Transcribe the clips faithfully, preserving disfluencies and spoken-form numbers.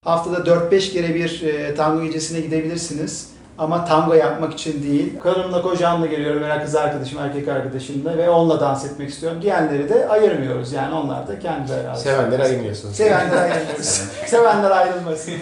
Haftada dört beş kere bir e, tango gecesine gidebilirsiniz. Ama tango yapmak için değil. Karımla kocamla geliyorum veya kız arkadaşım, erkek arkadaşımla ve onunla dans etmek istiyorum diyenleri de ayırmıyoruz. Yani onlar da kendileri razı. Sevenleri ayırmıyorsunuz. Sevenler ayırmıyoruz. Sevenler ayrılmasın.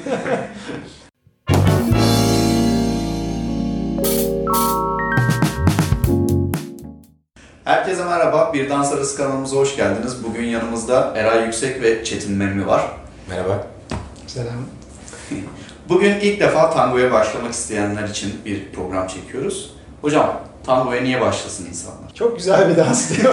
Herkese merhaba, Bir Dans Arası kanalımıza hoş geldiniz. Bugün yanımızda Eray Yüksek ve Çetin Memmi var. Merhaba. Selam. Bugün ilk defa tangoya başlamak isteyenler için bir program çekiyoruz. Hocam, tangoya niye başlasın insanlar? Çok güzel bir dans diyor.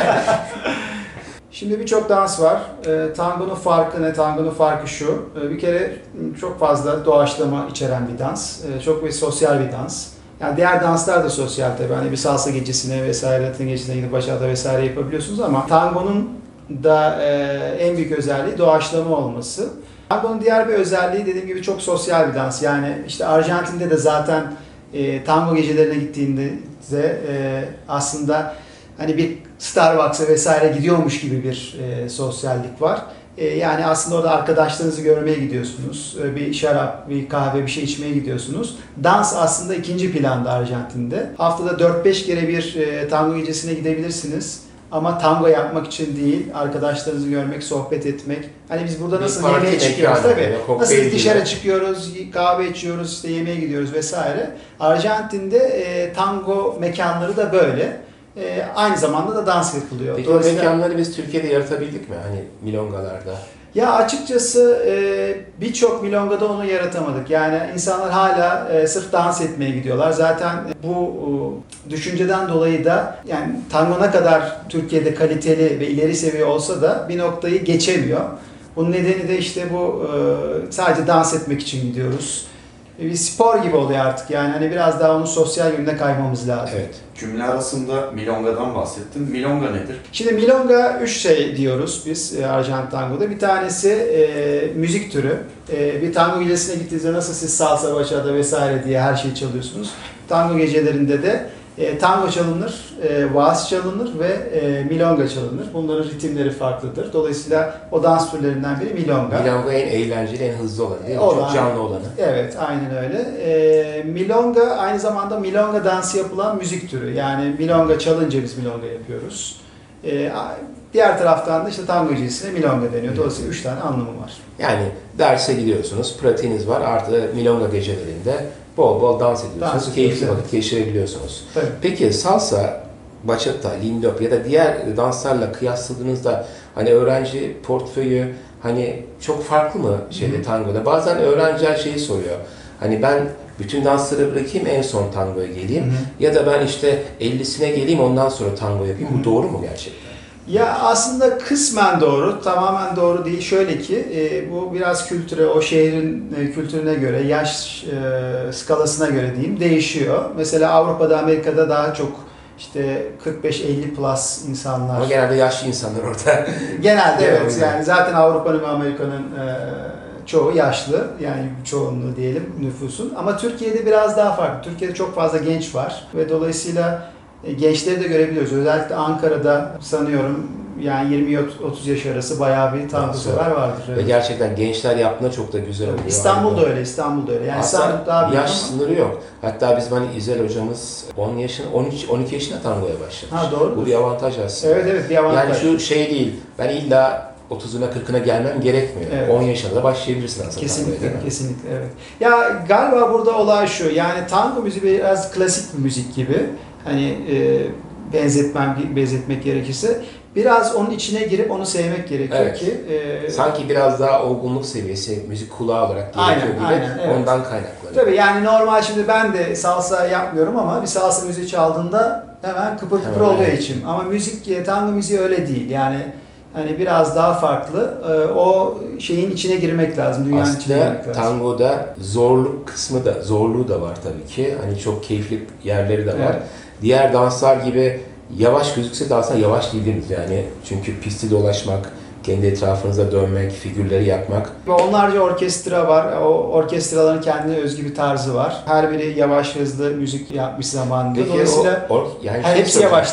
Şimdi birçok dans var. E, tangonun farkı ne? Tangonun farkı şu. E, bir kere çok fazla doğaçlama içeren bir dans. E, çok bir sosyal bir dans. Yani diğer danslar da sosyal tabii. Hani bir salsa gecesine vesaire, Latin gecesine gidip bachata vesaire yapabiliyorsunuz ama tangonun da e, en büyük özelliği doğaçlama olması. Tangonun diğer bir özelliği dediğim gibi çok sosyal bir dans. Yani işte Arjantin'de de zaten e, tango gecelerine gittiğinde de e, aslında hani bir Starbucks'a vesaire gidiyormuş gibi bir e, sosyallik var. E, yani aslında orada arkadaşlarınızı görmeye gidiyorsunuz. E, bir şarap, bir kahve, bir şey içmeye gidiyorsunuz. Dans aslında ikinci planda Arjantin'de. Haftada dört beş kere bir e, tango gecesine gidebilirsiniz. Ama tango yapmak için değil, arkadaşlarınızı görmek, sohbet etmek. Hani biz burada Bir nasıl parti yemeğe çıkıyoruz mekanı, tabii. yani Nasıl kokteyl dışarı gibi. çıkıyoruz, kahve içiyoruz, işte yemeğe gidiyoruz vesaire. Arjantin'de e, tango mekanları da böyle. E, aynı zamanda da dans yapılıyor. Peki o mekanları biz Türkiye'de yaratabildik mi? Hani milongalarda. Ya açıkçası e, birçok milongada onu yaratamadık. Yani insanlar hala e, sırf dans etmeye gidiyorlar. Zaten bu e, düşünceden dolayı da yani tango ne kadar Türkiye'de kaliteli ve ileri seviye olsa da bir noktayı geçemiyor. Bunun nedeni de işte bu e, sadece dans etmek için gidiyoruz. E, bir spor gibi oluyor artık. Yani hani biraz daha onun sosyal yönüne kaymamız lazım. Evet. Cümle arasında milongadan bahsettin. Milonga nedir? Şimdi milonga üç şey diyoruz biz e, Arjantin tangoda. Bir tanesi e, müzik türü. E, bir tango gecesine gittiğinizde nasıl siz salsa, bachata vesaire diye her şeyi çalıyorsunuz. Tango gecelerinde de e, tango çalınır, e, vals çalınır ve e, milonga çalınır. Bunların ritimleri farklıdır. Dolayısıyla o dans türlerinden biri milonga. Milonga en eğlenceli, en hızlı olanı değil mi? Olan. Çok canlı olanı. Evet, aynen öyle. E, milonga aynı zamanda milonga dansı yapılan müzik türü. Yani milonga çalınca biz milonga yapıyoruz. E, diğer taraftan da işte tango gecesine milonga deniyor. Dolayısıyla üç tane anlamı var. Yani derse gidiyorsunuz, pratiğiniz var. Artı milonga gecelerinde bol bol dans ediyorsunuz. Dans Keyifli ediyoruz, vakit geçirebiliyorsunuz. Tabii. Peki salsa, bachata, lindop ya da diğer danslarla kıyasladığınızda hani öğrenci portföyü hani çok farklı mı şeyde Hı-hı. tangoda? Bazen öğrenciler şeyi soruyor. Hani ben bütün dansları bırakayım en son tangoya geleyim. Hı-hı. Ya da ben işte ellisine geleyim ondan sonra tango yapayım. Hı-hı. Bu doğru mu gerçekten? Ya aslında kısmen doğru, tamamen doğru değil. Şöyle ki e, bu biraz kültüre, o şehrin e, kültürüne göre, yaş e, skalasına göre diyeyim değişiyor. Mesela Avrupa'da, Amerika'da daha çok işte kırk beş elli plus insanlar. Ama genelde yaşlı insanlar orada. Genelde evet. Evet. Yani zaten Avrupa'nın ve Amerika'nın e, çoğu yaşlı. Yani çoğunluğu diyelim nüfusun. Ama Türkiye'de biraz daha farklı. Türkiye'de çok fazla genç var ve dolayısıyla e, gençleri de görebiliyoruz. Özellikle Ankara'da sanıyorum yani yirmi otuz yaş arası bayağı bir tango sever vardır. Ve Evet. gerçekten gençler yaptığında çok da güzel oluyor. İstanbul'da Aynı. öyle, İstanbul'da öyle. Yani Hatta İstanbul daha büyük yaş ama. sınırı yok. Hatta bizim hani İzel hocamız on yaşın on üç on iki yaşında tangoya başlamış. Ha doğru. Bu bir avantaj aslında. Evet evet bir avantaj. Yani şu şey değil. Ben illa otuzuna kırkına gelmem gerekmiyor. Evet. on yaşında da başlayabilirsin aslında tangoya, Kesinlikle, değil mi? kesinlikle evet. Ya galiba burada olay şu. Yani tango müziği biraz klasik bir müzik gibi. Hani e, benzetmem benzetmek gerekirse biraz onun içine girip onu sevmek gerekiyor Evet. ki e, Sanki biraz daha olgunluk seviyesi müzik kulağı olarak gerekiyor Aynen, gibi. aynen, evet. Ondan kaynaklanıyor. tabii yani normal şimdi ben de salsa yapmıyorum ama bir salsa müziği çaldığında hemen kıpır kıpır Hemen, oluyor evet. içim. Ama müzik, tango müziği öyle değil. Yani hani biraz daha farklı. E, o şeyin içine girmek lazım. Dünyanın içine Aslında girmek lazım. tangoda zorluk kısmı da, zorluğu da var tabii ki. Hani çok keyifli yerleri de var. Evet. Diğer danslar gibi yavaş gözükse de aslında yavaş değildir yani. Çünkü pisti dolaşmak, kendi etrafınıza dönmek, figürleri yapmak. Ve onlarca orkestra var. O orkestraların kendine özgü bir tarzı var. Her biri yavaş hızlı müzik yapmış zamanında. Peki Dolayısıyla o, o yani her şey hepsi soracağım. yavaş değil.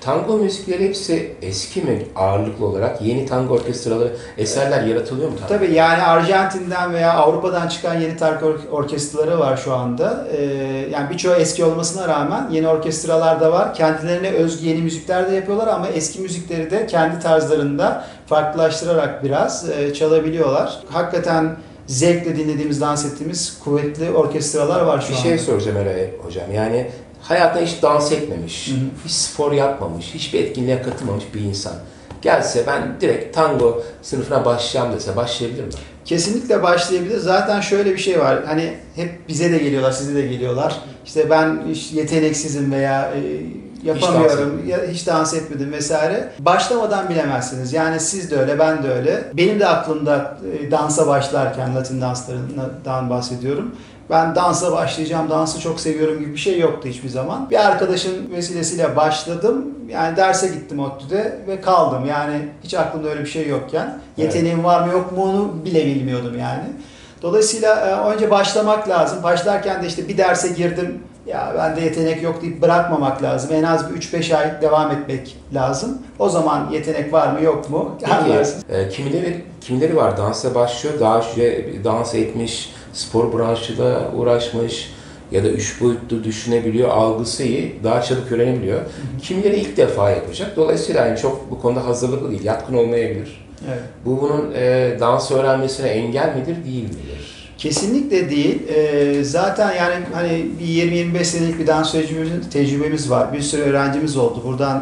Tango müzikleri hepsi eski mi ağırlıklı olarak? Yeni tango orkestraları, eserler yaratılıyor mu? Tango? Tabii yani Arjantin'den veya Avrupa'dan çıkan yeni tango or- orkestraları var şu anda. Ee, yani birçoğu eski olmasına rağmen yeni orkestralar da var. Kendilerine özgü yeni müzikler de yapıyorlar ama eski müzikleri de kendi tarzlarında farklılaştırarak biraz e, çalabiliyorlar. Hakikaten zevkle dinlediğimiz, dans ettiğimiz kuvvetli orkestralar var şu Bir anda. şey soracağım Eray Hocam. Yani hayatında hiç dans etmemiş, Hı hı. hiç spor yapmamış, hiçbir etkinliğe katılmamış bir insan gelse ben direkt tango sınıfına başlayacağım dese başlayabilir mi? Kesinlikle başlayabilir. Zaten şöyle bir şey var. Hani hep bize de geliyorlar, size de geliyorlar. İşte ben hiç yeteneksizim veya e, yapamıyorum, Hiç dans ya hiç dans etmedim vesaire. Başlamadan bilemezsiniz. Yani siz de öyle, ben de öyle. Benim de aklımda e, dansa başlarken, Latin danslarından bahsediyorum. Ben dansa başlayacağım, dansı çok seviyorum gibi bir şey yoktu hiçbir zaman. Bir arkadaşın vesilesiyle başladım. Yani derse gittim ODTÜ'de ve kaldım. Yani hiç aklımda öyle bir şey yokken. Yeteneğim var mı yok mu onu bile bilmiyordum yani. Dolayısıyla e, önce başlamak lazım. Başlarken de işte bir derse girdim. Ya bende yetenek yok deyip bırakmamak lazım. En az bir üç beş ay devam etmek lazım. O zaman yetenek var mı yok mu anlarsın. Peki, e, kimileri, kimileri var dansa başlıyor, daha önce dans etmiş, spor branşıyla uğraşmış ya da üç boyutlu düşünebiliyor, algısı iyi, daha çabuk öğrenebiliyor. Kimileri ilk defa yapacak. Dolayısıyla yani çok bu konuda hazırlıklı değil, yatkın olmayabilir. Evet. Bu bunun e, dans öğrenmesine engel midir, değil midir? Kesinlikle değil. Ee, zaten yani hani bir yirmi yirmi beş senelik bir dans tecrübemiz, tecrübemiz var. Bir sürü öğrencimiz oldu. Buradan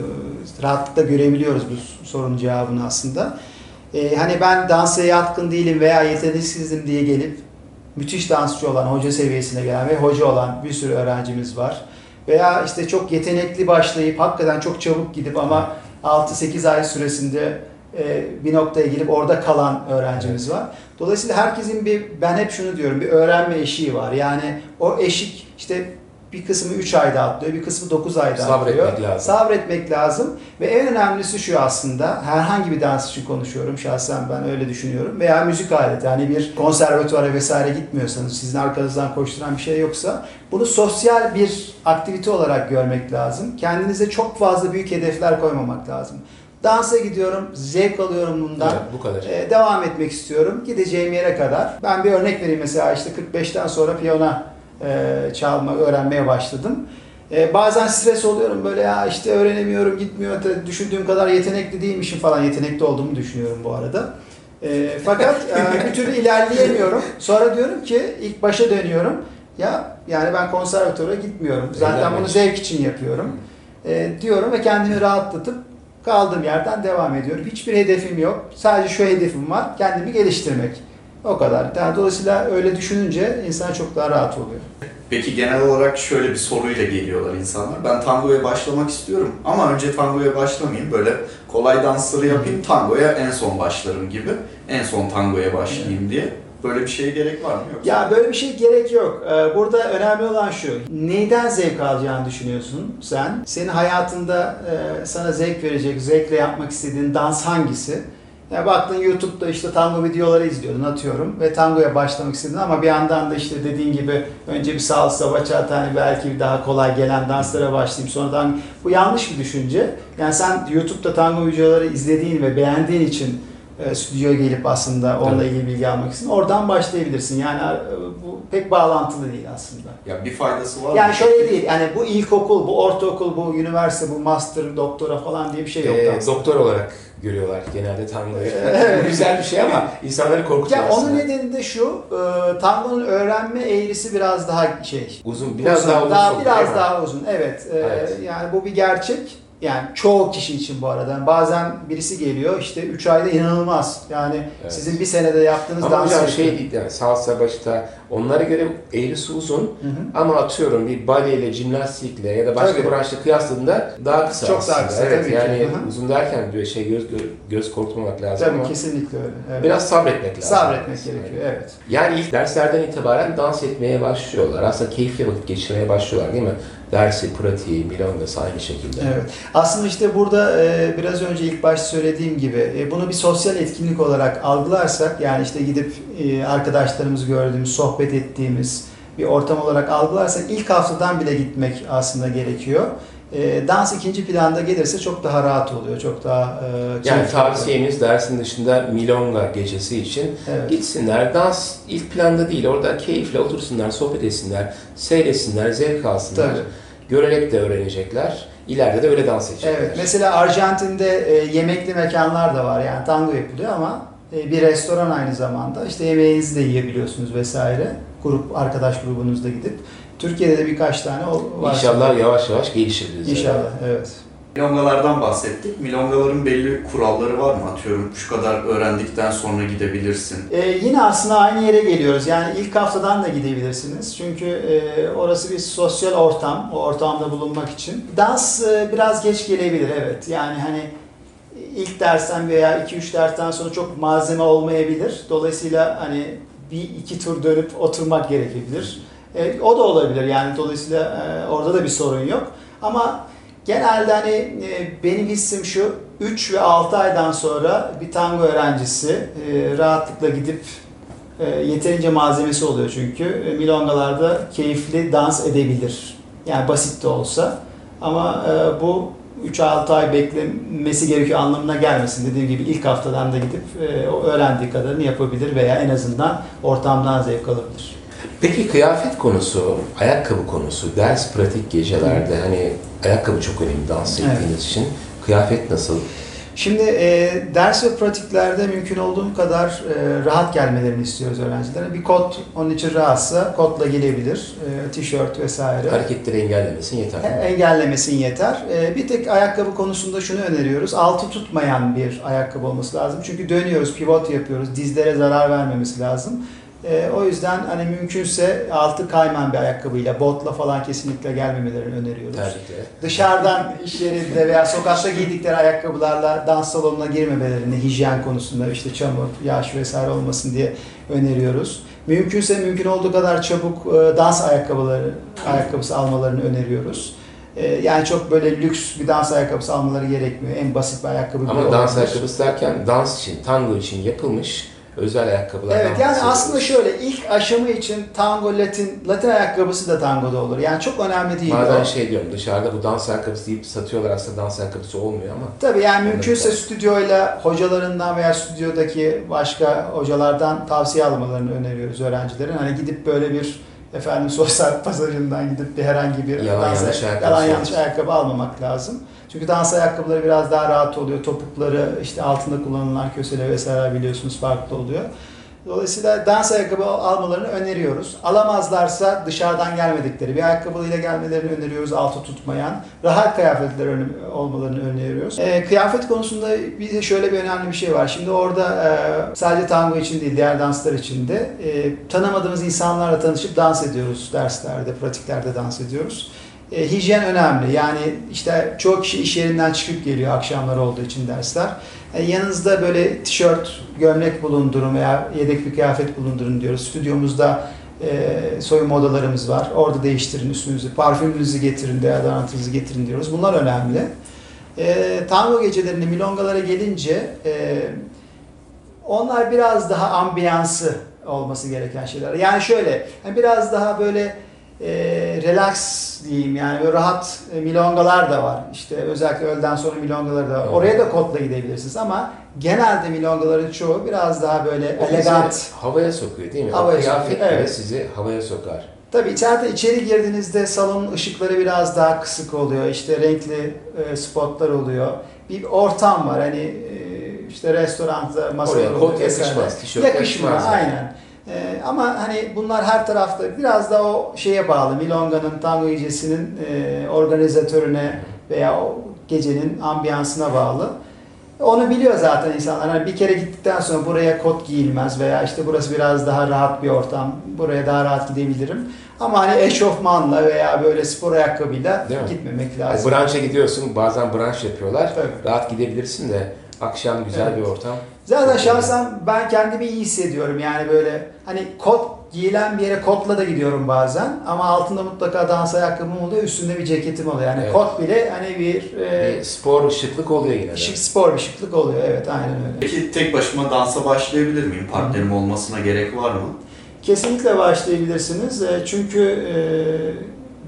e, rahatlıkla görebiliyoruz bu sorunun cevabını aslında. Ee, hani ben dansa yatkın değilim veya yeteneksizim diye gelip müthiş dansçı olan, hoca seviyesine gelen ve hoca olan bir sürü öğrencimiz var. Veya işte çok yetenekli başlayıp hakikaten çok çabuk gidip ama altı sekiz ay süresinde e, bir noktaya gelip orada kalan öğrencimiz var. Dolayısıyla herkesin bir, ben hep şunu diyorum, bir öğrenme eşiği var. Yani o eşik işte bir kısmı üç ayda atlıyor, bir kısmı dokuz ayda atlıyor. Sabretmek lazım. Sabretmek lazım. Ve en önemlisi şu aslında, herhangi bir dans için konuşuyorum, şahsen ben öyle düşünüyorum. Veya müzik aleti, yani bir konservatuvara vesaire gitmiyorsanız, sizin arkanızdan koşturan bir şey yoksa, bunu sosyal bir aktivite olarak görmek lazım. Kendinize çok fazla büyük hedefler koymamak lazım. Dansa gidiyorum, zevk alıyorum bundan. Evet, bu kadar. Ee, devam etmek istiyorum. Gideceğim yere kadar. Ben bir örnek vereyim, mesela işte kırk beşten sonra piyano e, çalma, öğrenmeye başladım. E, bazen stres oluyorum, böyle ya işte öğrenemiyorum, gitmiyor, düşündüğüm kadar yetenekli değilmişim falan. Yetenekli olduğumu düşünüyorum bu arada. E, fakat e, bir türlü ilerleyemiyorum. Sonra diyorum ki, ilk başa dönüyorum. Ya yani ben konservatuvara gitmiyorum. Zaten bunu zevk için yapıyorum. E, diyorum ve kendimi rahatlatıp kaldığım yerden devam ediyorum. Hiçbir hedefim yok. Sadece şu hedefim var. Kendimi geliştirmek. O kadar. Yani dolayısıyla öyle düşününce insan çok daha rahat oluyor. Peki genel olarak şöyle bir soruyla geliyorlar insanlar. Ben tangoya başlamak istiyorum ama önce tangoya başlamayayım. Böyle kolay dansları yapayım, tangoya en son başlarım gibi. En son tangoya başlayayım diye. Böyle bir şeye gerek var mı? Yoksa? Ya böyle bir şey gerek yok. Burada önemli olan şu. Neyden zevk alacağını düşünüyorsun sen? Senin hayatında sana zevk verecek, zevkle yapmak istediğin dans hangisi? Ya baktın YouTube'da işte tango videoları izliyordun, atıyorum, ve tangoya başlamak istedin ama bir yandan da işte dediğin gibi önce bir salsa, bachata, hani belki daha kolay gelen danslara başlayayım, sonradan, bu yanlış bir düşünce. Yani sen YouTube'da tango videoları izlediğin ve beğendiğin için e, stüdyoya gelip aslında onunla ilgili bilgi almak için oradan başlayabilirsin. Yani e, bu pek bağlantılı değil aslında. Ya bir faydası var Yani mı? şöyle değil, yani bu ilkokul, bu ortaokul, bu üniversite, bu master, doktora falan diye bir şey yok. Ee, aslında. doktor olarak görüyorlar genelde tangoyu. Güzel bir şey ama insanları korkutuyor Ya aslında. onun nedeni de şu, e, tangonun öğrenme eğrisi biraz daha şey. Uzun, biraz uzun, daha uzun. daha, soluk, biraz değil mi? daha uzun. Evet. E, Evet. Yani bu bir gerçek. Yani çoğu kişi için bu arada. Yani bazen birisi geliyor işte üç ayda inanılmaz. Yani Evet. sizin bir senede yaptığınız Ama dans hocam yapıyor. şey değil yani salsa başta onlara göre eğrisi uzun Hı hı. ama atıyorum bir baleyle, jimnastikle ya da başka Tabii. branşla kıyasladığında daha kısa Çok aslında. daha kısa, evet, tabii ki. yani Hı hı. uzun derken diyor şey göz göz, göz korkutmamak lazım Tabii ama kesinlikle öyle. Evet. biraz sabretmek lazım. sabretmek aslında. gerekiyor. Evet. Yani ilk derslerden itibaren dans etmeye başlıyorlar. Aslında keyifli vakit geçirmeye başlıyorlar değil mi? Dersi, pratiği, milongası aynı şekilde. Evet. Aslında işte burada e, biraz önce ilk başta söylediğim gibi e, bunu bir sosyal etkinlik olarak algılarsak, yani işte gidip e, arkadaşlarımızı gördüğümüz, sohbet ettiğimiz bir ortam olarak algılarsak ilk haftadan bile gitmek aslında gerekiyor. E, dans ikinci planda gelirse çok daha rahat oluyor, çok daha e, Yani keyifli oluyor. tavsiyemiz dersin dışında milonga gecesi için Evet. gitsinler. Dans ilk planda değil. Orada keyifle otursunlar, sohbet etsinler, seyretsinler, zevk alsınlar. Tabii. Görerek de öğrenecekler. İleride de öyle dans edecekler. Evet, mesela Arjantin'de e, yemekli mekanlar da var, yani tango yapılıyor ama e, bir restoran aynı zamanda. İşte yemeğinizi de yiyebiliyorsunuz vesaire. Grup, arkadaş grubunuzla gidip. Türkiye'de de birkaç tane o var. İnşallah yavaş yavaş gelişir biz. İnşallah, evet. Milongalardan bahsettik. Milongaların belli kuralları var mı? Atıyorum şu kadar öğrendikten sonra gidebilirsin. Ee, yine aslında aynı yere geliyoruz. Yani ilk haftadan da gidebilirsiniz. Çünkü e, orası bir sosyal ortam. O ortamda bulunmak için. Dans e, biraz geç gelebilir, evet. Yani hani ilk dersten veya iki üç dersten sonra çok malzeme olmayabilir. Dolayısıyla hani bir iki tur dönüp oturmak gerekebilir. E, o da olabilir yani. Dolayısıyla e, orada da bir sorun yok. Ama genelde hani e, benim hissim şu, üç ve altı aydan sonra bir tango öğrencisi e, rahatlıkla gidip e, yeterince malzemesi oluyor çünkü. E, milongalarda keyifli dans edebilir. Yani basit de olsa. Ama e, bu üç altı ay beklemesi gerekiyor anlamına gelmesin. Dediğim gibi ilk haftadan da gidip e, o öğrendiği kadarını yapabilir veya en azından ortamdan zevk alabilir. Peki kıyafet konusu, ayakkabı konusu, ders pratik gecelerde hani ayakkabı çok önemli dans ettiğiniz Evet. için. Kıyafet nasıl? Şimdi e, ders ve pratiklerde mümkün olduğu kadar e, rahat gelmelerini istiyoruz öğrencilere. Bir kot onun için rahatsa kotla gelebilir. E, tişört vesaire. Hareketleri engellemesin yeter. E, engellemesin yeter. E, bir tek ayakkabı konusunda şunu öneriyoruz. Altı tutmayan bir ayakkabı olması lazım. Çünkü dönüyoruz, pivot yapıyoruz. Dizlere zarar vermemesi lazım. E, o yüzden hani mümkünse altı kayman bir ayakkabıyla, botla falan kesinlikle gelmemelerini öneriyoruz. Terlikle. Dışarıdan iş yerinde veya sokakta giydikleri ayakkabılarla dans salonuna girmemelerini hijyen konusunda işte çamur, yağış vesaire olmasın diye öneriyoruz. Mümkünse mümkün olduğu kadar çabuk e, dans ayakkabıları ayakkabısı almalarını öneriyoruz. E, yani çok böyle lüks bir dans ayakkabısı almaları gerekmiyor. En basit bir ayakkabı bile Ama dans olabilir. ayakkabısı derken dans için, tango için yapılmış özel ayakkabılar. Evet, yani aslında şöyle ilk aşama için tango, latin, latin ayakkabısı da tangoda olur. Yani çok önemli değil. Bazen o. şey diyorum, dışarıda bu dans ayakkabısı deyip satıyorlar, aslında dans ayakkabısı olmuyor ama. Tabii yani mümkünse Evet. stüdyoyla hocalarından veya stüdyodaki başka hocalardan tavsiye almalarını öneriyoruz öğrencilerin. Hani gidip böyle bir efendim sosyal pasajından gidip bir herhangi bir Yalan dans yanlış ayakkabı yalan almak. yanlış ayakkabı almamak lazım. Çünkü dans ayakkabıları biraz daha rahat oluyor. Topukları işte altında kullanılan kösele vesaire biliyorsunuz farklı oluyor. Dolayısıyla dans ayakkabı almalarını öneriyoruz. Alamazlarsa dışarıdan gelmedikleri bir ayakkabıyla gelmelerini öneriyoruz, altı tutmayan. Rahat kıyafetler ön- olmalarını öneriyoruz. E, kıyafet konusunda bir de şöyle bir önemli bir şey var. Şimdi orada e, sadece tango için değil, diğer danslar için de e, tanımadığımız insanlarla tanışıp dans ediyoruz derslerde, pratiklerde dans ediyoruz. E, hijyen önemli. Yani işte çoğu kişi iş yerinden çıkıp geliyor akşamları olduğu için dersler. E, yanınızda böyle tişört, gömlek bulundurun veya yedek bir kıyafet bulundurun diyoruz. Stüdyomuzda e, soyunma odalarımız var. Orada değiştirin üstünüzü, parfümünüzü getirin, deodorantınızı getirin diyoruz. Bunlar önemli. E, tango gecelerinde milongalara gelince e, onlar biraz daha ambiyansı olması gereken şeyler. Yani şöyle, yani biraz daha böyle e, relax diyeyim yani böyle rahat e, milongalar da var. İşte özellikle öğleden sonra milongaları da var. Oraya da kotla gidebilirsiniz ama genelde milongaların çoğu biraz daha böyle O bizi elegant. havaya sokuyor değil mi? Havaya o kıyafet sokuyor, bile evet. sizi havaya sokar. Tabii içeride içeri girdiğinizde salonun ışıkları biraz daha kısık oluyor. İşte renkli e, spotlar oluyor. Bir ortam var hani e, işte restoranda masalar Oraya oluyor kot vesaire. yakışmaz, tişört Yakışmıyor yakışmaz. aynen. E, ama hani bunlar her tarafta biraz da o şeye bağlı. Milonga'nın, tango gecesinin e, organizatörüne veya o gecenin ambiyansına bağlı. Onu biliyor zaten insanlar. Hani bir kere gittikten sonra buraya kot giyilmez veya işte burası biraz daha rahat bir ortam. Buraya daha rahat gidebilirim. Ama hani eşofmanla veya böyle spor ayakkabıyla Değil mi? gitmemek Yani lazım. branşa gidiyorsun, bazen branş yapıyorlar. Tabii. Rahat gidebilirsin de akşam güzel Evet. bir ortam. Zaten Çok şahsen ben kendimi iyi hissediyorum. Yani böyle hani kot giyilen bir yere kotla da gidiyorum bazen. Ama altında mutlaka dans ayakkabım oluyor, üstünde bir ceketim oluyor. Yani Evet. kot bile hani bir, e, Bir spor şıklık oluyor yine de. şık, spor bir şıklık oluyor. Evet, aynen öyle. Peki tek başıma dansa başlayabilir miyim? Partnerim olmasına gerek var mı? Kesinlikle başlayabilirsiniz. E, Çünkü e,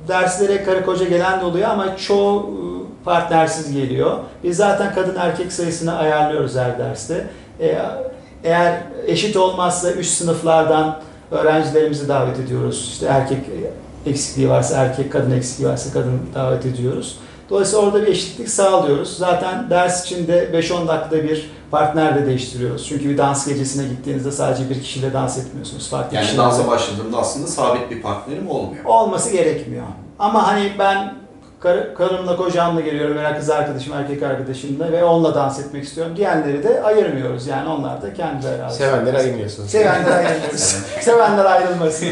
derslere karı koca gelen de oluyor ama çoğu e, partnersiz geliyor. Biz zaten kadın erkek sayısını ayarlıyoruz her derste. E, eğer eşit olmazsa üst sınıflardan öğrencilerimizi davet ediyoruz. İşte erkek eksikliği varsa erkek, kadın eksikliği varsa kadın davet ediyoruz. Dolayısıyla orada bir eşitlik sağlıyoruz. Zaten ders içinde beş on dakikada bir partner de değiştiriyoruz. Çünkü bir dans gecesine gittiğinizde sadece bir kişiyle dans etmiyorsunuz. Farklı Yani kişilerle. dansa başladığımda aslında sabit bir partnerim olmuyor. Olması gerekmiyor. Ama hani ben kar, karımla kocamla geliyorum veya kız arkadaşım erkek arkadaşımla ve onunla dans etmek istiyorum diyenleri de ayırmıyoruz. Yani onlar da kendileri razı. Sevenleri ayırmıyorsunuz. Sevenler ayrılmasın. Sevenler ayrılmasın.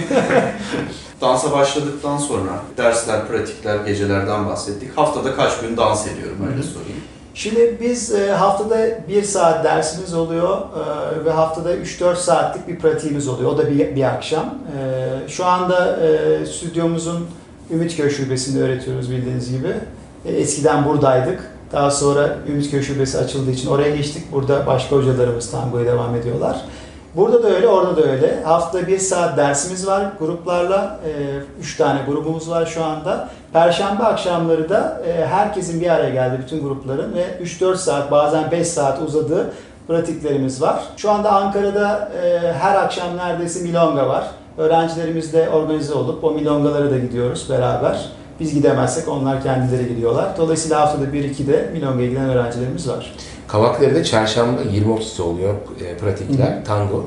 Dansa başladıktan sonra dersler, pratikler, gecelerden bahsettik. Haftada kaç gün dans ediyorum öyle sorayım. Şimdi biz e, haftada bir saat dersimiz oluyor e, ve haftada üç dört saatlik bir pratiğimiz oluyor. O da bir, bir akşam. E, şu anda e, stüdyomuzun Ümitköy Şubesi'nde öğretiyoruz bildiğiniz gibi. E, eskiden buradaydık. Daha sonra Ümitköy Şubesi açıldığı için oraya geçtik. Burada başka hocalarımız tangoya devam ediyorlar. Burada da öyle, orada da öyle. Haftada bir saat dersimiz var gruplarla. Üç tane grubumuz var şu anda. Perşembe akşamları da e, herkesin bir araya geldiği bütün grupların ve üç dört saat bazen beş saat uzadığı pratiklerimiz var. Şu anda Ankara'da e, her akşam neredeyse milonga var. Öğrencilerimiz de organize olup o milongalara da gidiyoruz beraber. Biz gidemezsek onlar kendileri gidiyorlar. Dolayısıyla haftada bir iki de milongaya giden öğrencilerimiz var. Kavakları'da çarşamba yirmi otuzda oluyor e, pratikler, Hı-hı. tango.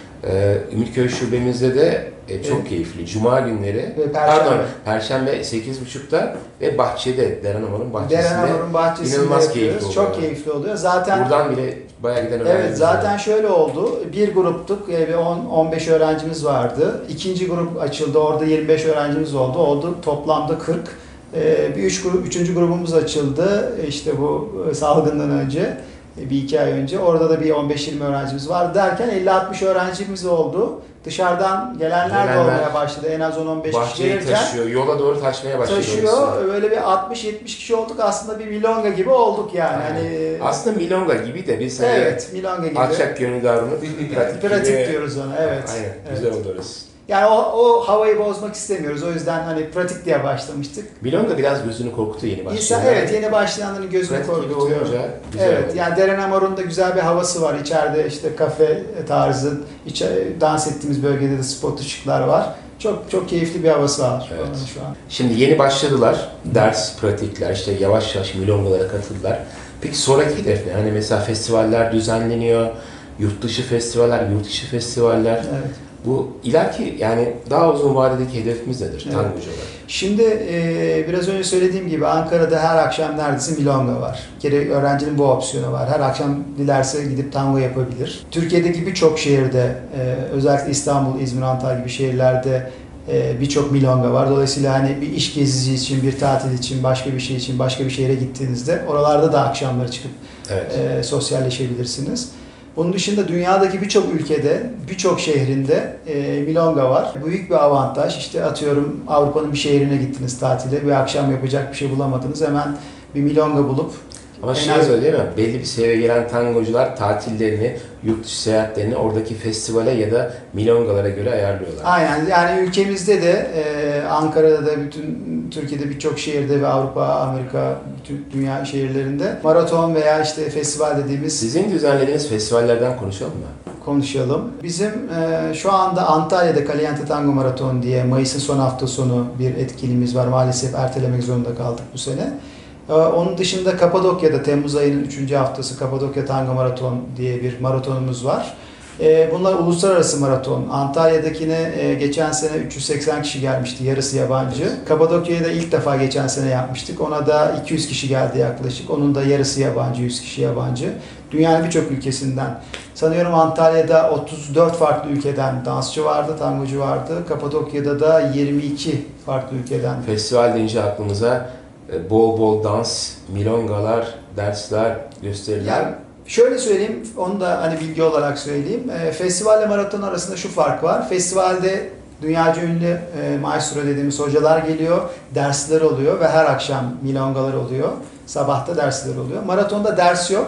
E, Ümitköy şubemizde de e, çok Evet. keyifli. Cuma günleri, Ve Perşembe. pardon, Perşembe sekiz buçukta ve bahçede, Deren Amar'ın bahçesinde. Deren Amar'ın bahçesinde inanılmaz yapıyoruz. keyifli Çok oluyor. keyifli oluyor. Zaten Buradan bile bayağı giden öğrenciler. evet, zaten şöyle oldu. Bir gruptuk ve on on beş öğrencimiz vardı. İkinci grup açıldı. Orada yirmi beş öğrencimiz oldu. Oldu toplamda kırk. Ee, bir üç grup, üçüncü grubumuz açıldı. İşte bu salgından önce, bir iki ay önce. Orada da bir on beş yirmi öğrencimiz vardı derken elli altmış öğrencimiz oldu. Dışarıdan gelenler, Gelenler de olmaya başladı. En az on on beş kişi bahçeyi gelirken taşıyor, yola doğru taşmaya başlıyor. taşıyor. Böyle bir altmış yetmiş kişi olduk. Aslında bir milonga gibi olduk yani. Hani Aslında milonga gibi de biz hani evet, milonga gibi. alçak gönüllü davranıp pratik, Pratik gibi- diyoruz ona, evet. Aynen, Evet. güzel oldu orası. Yani o, o havayı bozmak istemiyoruz. O yüzden hani pratik diye başlamıştık. Milonga biraz gözünü korkutuyor yeni başlayan. İnsan, evet, yeni başlayanların gözünü Pratik gibi korkutuyor. olunca güzel Evet, oldu. yani Deren Amar'ın da güzel bir havası var. İçeride işte kafe tarzı, içe, dans ettiğimiz bölgede de spot ışıklar var. Çok çok keyifli bir havası var Evet. onun şu an. Şimdi yeni başladılar. Ders, pratikler, işte yavaş yavaş milongalara katıldılar. Peki sonraki hedef ne? Hani mesela festivaller düzenleniyor, yurt dışı festivaller, yurt dışı festivaller. Evet. Bu ileriki yani daha uzun vadedeki hedefimiz nedir Evet. tangocu olarak? Şimdi e, biraz önce söylediğim gibi Ankara'da her akşam neredeyse milonga var. Bir kere öğrencinin bu opsiyonu var. Her akşam dilerse gidip tango yapabilir. Türkiye'deki birçok şehirde, e, özellikle İstanbul, İzmir, Antalya gibi şehirlerde e, birçok milonga var. Dolayısıyla hani bir iş gezisi için, bir tatil için, başka bir şey için, başka bir şehre gittiğinizde oralarda da akşamları çıkıp Evet. e, sosyalleşebilirsiniz. Bunun dışında dünyadaki birçok ülkede, birçok şehrinde e, milonga var. Büyük bir avantaj. İşte atıyorum Avrupa'nın bir şehrine gittiniz tatile, bir akşam yapacak bir şey bulamadınız. Hemen bir milonga bulup Ama en şey az- öyle değil mi? Belli bir seviyeye gelen tangocular tatillerini, yurt dışı seyahatlerini oradaki festivale ya da milongalara göre ayarlıyorlar. aynen, yani ülkemizde de e, Ankara'da da bütün Türkiye'de birçok şehirde ve Avrupa, Amerika, bütün dünya şehirlerinde maraton veya işte festival dediğimiz Sizin düzenlediğiniz festivallerden konuşalım mı? konuşalım. Bizim e, şu anda Antalya'da Caliente Tango Maraton diye Mayıs'ın son hafta sonu bir etkinliğimiz var. Maalesef ertelemek zorunda kaldık bu sene. E, onun dışında Kapadokya'da Temmuz ayının üçüncü haftası Kapadokya Tango Maraton diye bir maratonumuz var. E, bunlar uluslararası maraton. Antalya'dakine e, geçen sene üç yüz seksen kişi gelmişti, yarısı yabancı. Kapadokya'ya da ilk defa geçen sene yapmıştık. Ona da iki yüz kişi geldi yaklaşık. Onun da yarısı yabancı, yüz kişi yabancı. Dünyanın birçok ülkesinden. Sanıyorum Antalya'da otuz dört farklı ülkeden dansçı vardı, tangocu vardı. Kapadokya'da da yirmi iki farklı ülkeden. Festival deyince aklımıza e, bol bol dans, milongalar, dersler, gösteriler. Yani şöyle söyleyeyim, onu da hani bilgi olarak söyleyeyim. E, festivalle maraton arasında şu fark var. Festivalde dünyaca ünlü e, maestro dediğimiz hocalar geliyor, dersler oluyor ve her akşam milongalar oluyor. Sabahta dersler oluyor. Maratonda ders yok.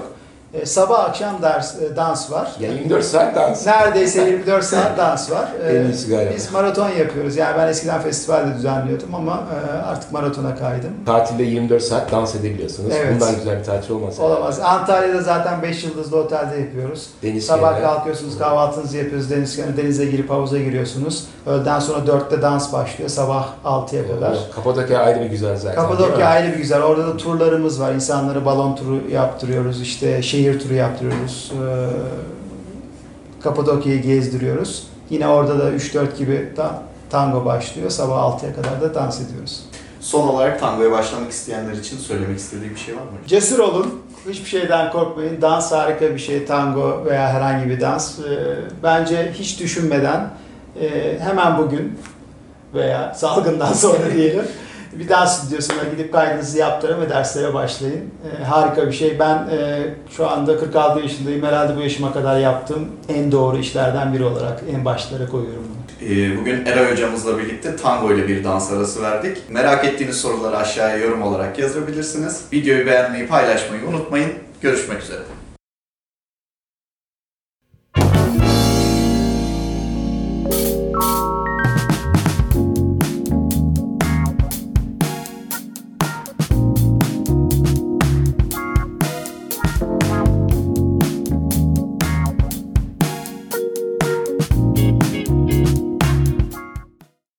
E, sabah akşam ders e, dans var. Yani yirmi dört saat dans. Neredeyse yirmi dört saat dans var. E, En iyisi galiba. biz maraton yapıyoruz. Yani ben eskiden festivalde düzenliyordum ama e, artık maratona kaydım. Tatilde yirmi dört saat dans edebiliyorsunuz. Evet. Bundan güzel bir tatil olmaz. Olamaz. Antalya'da zaten beş yıldızlı otelde yapıyoruz. Deniz Sabah kenarı. kalkıyorsunuz, kahvaltınızı yapıyoruz, deniz kenarı, denize girip havuza giriyorsunuz. Öğleden sonra dörtte dans başlıyor, sabah altıya kadar. Kapadokya ayrı bir güzel zaten. değil Kapadokya mi? ayrı bir güzel. Orada da turlarımız var. İnsanları balon turu yaptırıyoruz, işte şehir turu yaptırıyoruz. Ee, Kapadokya'yı gezdiriyoruz. Yine orada da üç dört gibi da tango başlıyor. Sabah altıya kadar da dans ediyoruz. Son olarak tangoya başlamak isteyenler için söylemek istediği bir şey var mı? Cesur olun. Hiçbir şeyden korkmayın. Dans harika bir şey. Tango veya herhangi bir dans. Ee, bence hiç düşünmeden e, hemen bugün veya salgından sonra diyelim bir dans stüdyosuna gidip kaydınızı yaptırın ve derslere başlayın. Ee, harika bir şey. Ben e, şu anda kırk altı yaşındayım. Herhalde bu yaşıma kadar yaptığım en doğru işlerden biri olarak en başlara koyuyorum bunu. Ee, Bugün Eray hocamızla birlikte tango ile bir dans arası verdik. Merak ettiğiniz soruları aşağıya yorum olarak yazabilirsiniz. Videoyu beğenmeyi, paylaşmayı unutmayın. Görüşmek üzere.